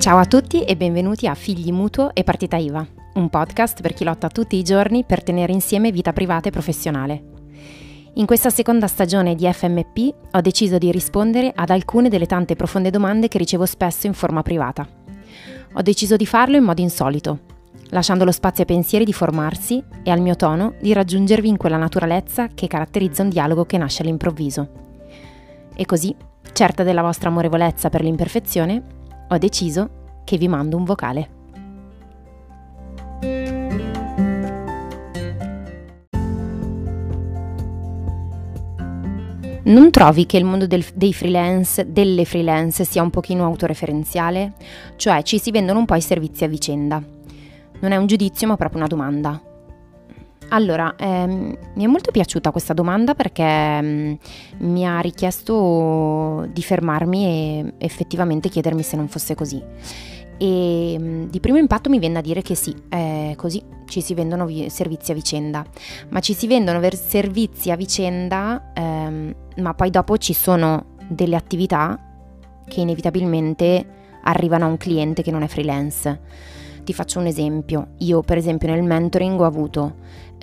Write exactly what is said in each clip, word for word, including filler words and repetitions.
Ciao a tutti e benvenuti a Figli Mutuo e Partita I V A, un podcast per chi lotta tutti i giorni per tenere insieme vita privata e professionale. In questa seconda stagione di F M P ho deciso di rispondere ad alcune delle tante profonde domande che ricevo spesso in forma privata. Ho deciso di farlo in modo insolito, lasciando lo spazio ai pensieri di formarsi e al mio tono di raggiungervi in quella naturalezza che caratterizza un dialogo che nasce all'improvviso. E così, certa della vostra amorevolezza per l'imperfezione, ho deciso che vi mando un vocale. Non trovi che il mondo del, dei freelance, delle freelance, sia un pochino autoreferenziale? Cioè ci si vendono un po' i servizi a vicenda. Non è un giudizio ma proprio una domanda. Allora, ehm, mi è molto piaciuta questa domanda perché ehm, mi ha richiesto di fermarmi e effettivamente chiedermi se non fosse così. E ehm, di primo impatto mi viene da dire che sì, è così, ci si vendono vi- servizi a vicenda, ma ci si vendono ver- servizi a vicenda, ehm, ma poi dopo ci sono delle attività che inevitabilmente arrivano a un cliente che non è freelance. Ti faccio un esempio. Io per esempio nel mentoring ho avuto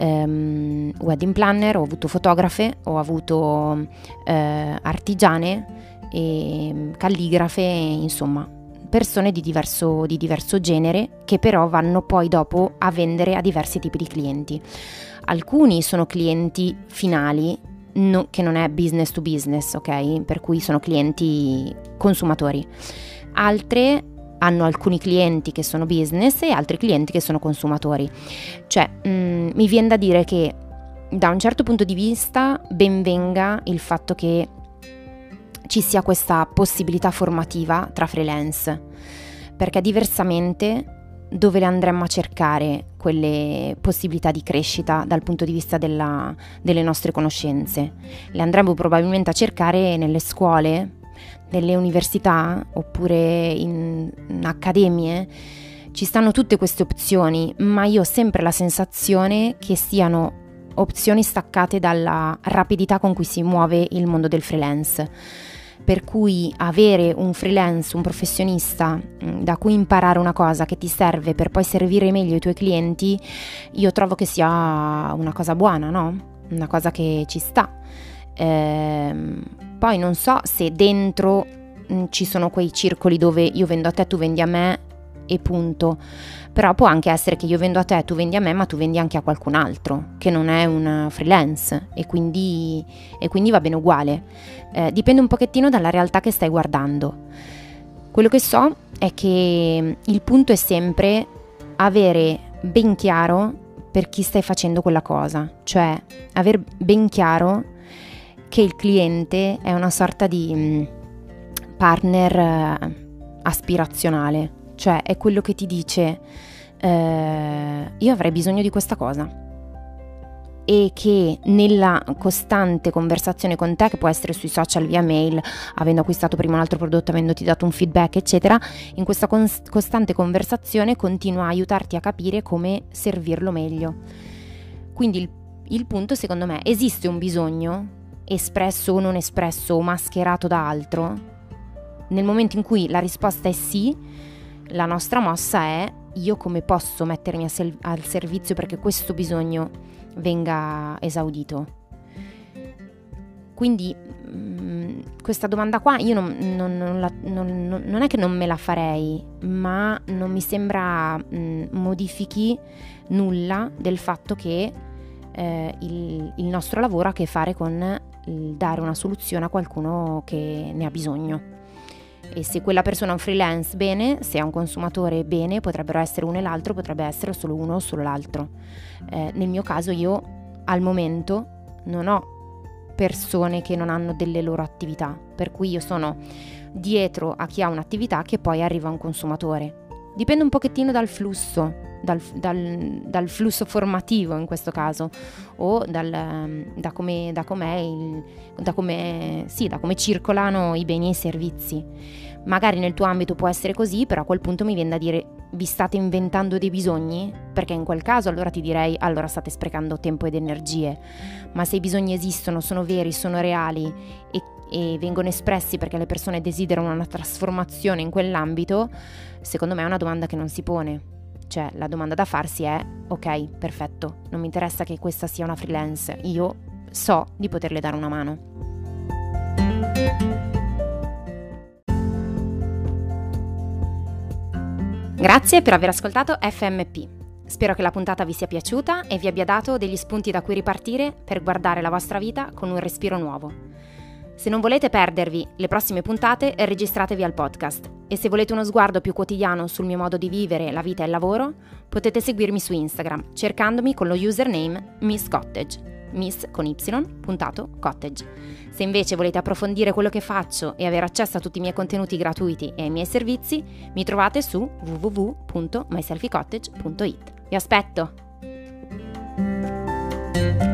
um, wedding planner, ho avuto fotografe, ho avuto uh, artigiane, e calligrafe, insomma persone di diverso, di diverso genere che però vanno poi dopo a vendere a diversi tipi di clienti. Alcuni sono clienti finali, no, che non è business to business, ok? Per cui sono clienti consumatori. Altre hanno alcuni clienti che sono business e altri clienti che sono consumatori. Cioè, mh, mi viene da dire che da un certo punto di vista ben venga il fatto che ci sia questa possibilità formativa tra freelance, perché diversamente dove le andremmo a cercare quelle possibilità di crescita dal punto di vista della, delle nostre conoscenze? Le andremmo probabilmente a cercare nelle scuole, nelle università oppure in, in accademie. Ci stanno tutte queste opzioni, ma io ho sempre la sensazione che siano opzioni staccate dalla rapidità con cui si muove il mondo del freelance. Per cui avere un freelance, un professionista mh, da cui imparare una cosa che ti serve per poi servire meglio i tuoi clienti, io trovo che sia una cosa buona, no? Una cosa che ci sta. Ehm, poi non so se dentro mh, ci sono quei circoli dove io vendo a te, tu vendi a me e punto, però può anche essere che io vendo a te, tu vendi a me, ma tu vendi anche a qualcun altro che non è un freelance e quindi, e quindi va bene uguale. Eh, dipende un pochettino dalla realtà che stai guardando. Quello che so è che il punto è sempre avere ben chiaro per chi stai facendo quella cosa, cioè aver ben chiaro che il cliente è una sorta di mh, partner eh, aspirazionale, cioè è quello che ti dice eh, io avrei bisogno di questa cosa, e che nella costante conversazione con te, che può essere sui social, via mail, avendo acquistato prima un altro prodotto, avendoti dato un feedback eccetera, in questa cons- costante conversazione continua a aiutarti a capire come servirlo meglio. Quindi il, il punto secondo me, esiste un bisogno espresso o non espresso o mascherato da altro? Nel momento in cui la risposta è sì, la nostra mossa è: io come posso mettermi a sel- al servizio perché questo bisogno venga esaudito? Quindi mh, questa domanda qua io non, non, non, la, non, non è che non me la farei, ma non mi sembra mh, modifichi nulla del fatto che eh, il, il nostro lavoro ha a che fare con il dare una soluzione a qualcuno che ne ha bisogno. E se quella persona è un freelance, bene; se è un consumatore, bene; potrebbero essere uno e l'altro, potrebbe essere solo uno o solo l'altro. Eh, nel mio caso io al momento non ho persone che non hanno delle loro attività, per cui io sono dietro a chi ha un'attività che poi arriva a un consumatore. Dipende un pochettino dal flusso, dal, dal, dal flusso formativo in questo caso, o dal, da come, da com'è il, da come, sì, da come circolano i beni e i servizi. Magari nel tuo ambito può essere così, però a quel punto mi viene da dire: vi state inventando dei bisogni? Perché in quel caso allora ti direi: allora state sprecando tempo ed energie. Ma se i bisogni esistono, sono veri, sono reali e, e vengono espressi perché le persone desiderano una trasformazione in quell'ambito, secondo me è una domanda che non si pone. Cioè, la domanda da farsi è: ok, perfetto, non mi interessa che questa sia una freelance, io so di poterle dare una mano. Grazie per aver ascoltato F M P. Spero che la puntata vi sia piaciuta e vi abbia dato degli spunti da cui ripartire per guardare la vostra vita con un respiro nuovo. Se non volete perdervi le prossime puntate, registratevi al podcast e se volete uno sguardo più quotidiano sul mio modo di vivere la vita e il lavoro, potete seguirmi su Instagram cercandomi con lo username Miss Cottage, Miss con Y, puntato, Cottage. Se invece volete approfondire quello che faccio e avere accesso a tutti i miei contenuti gratuiti e ai miei servizi, mi trovate su w w w punto my selfie cottage punto i t. Vi aspetto!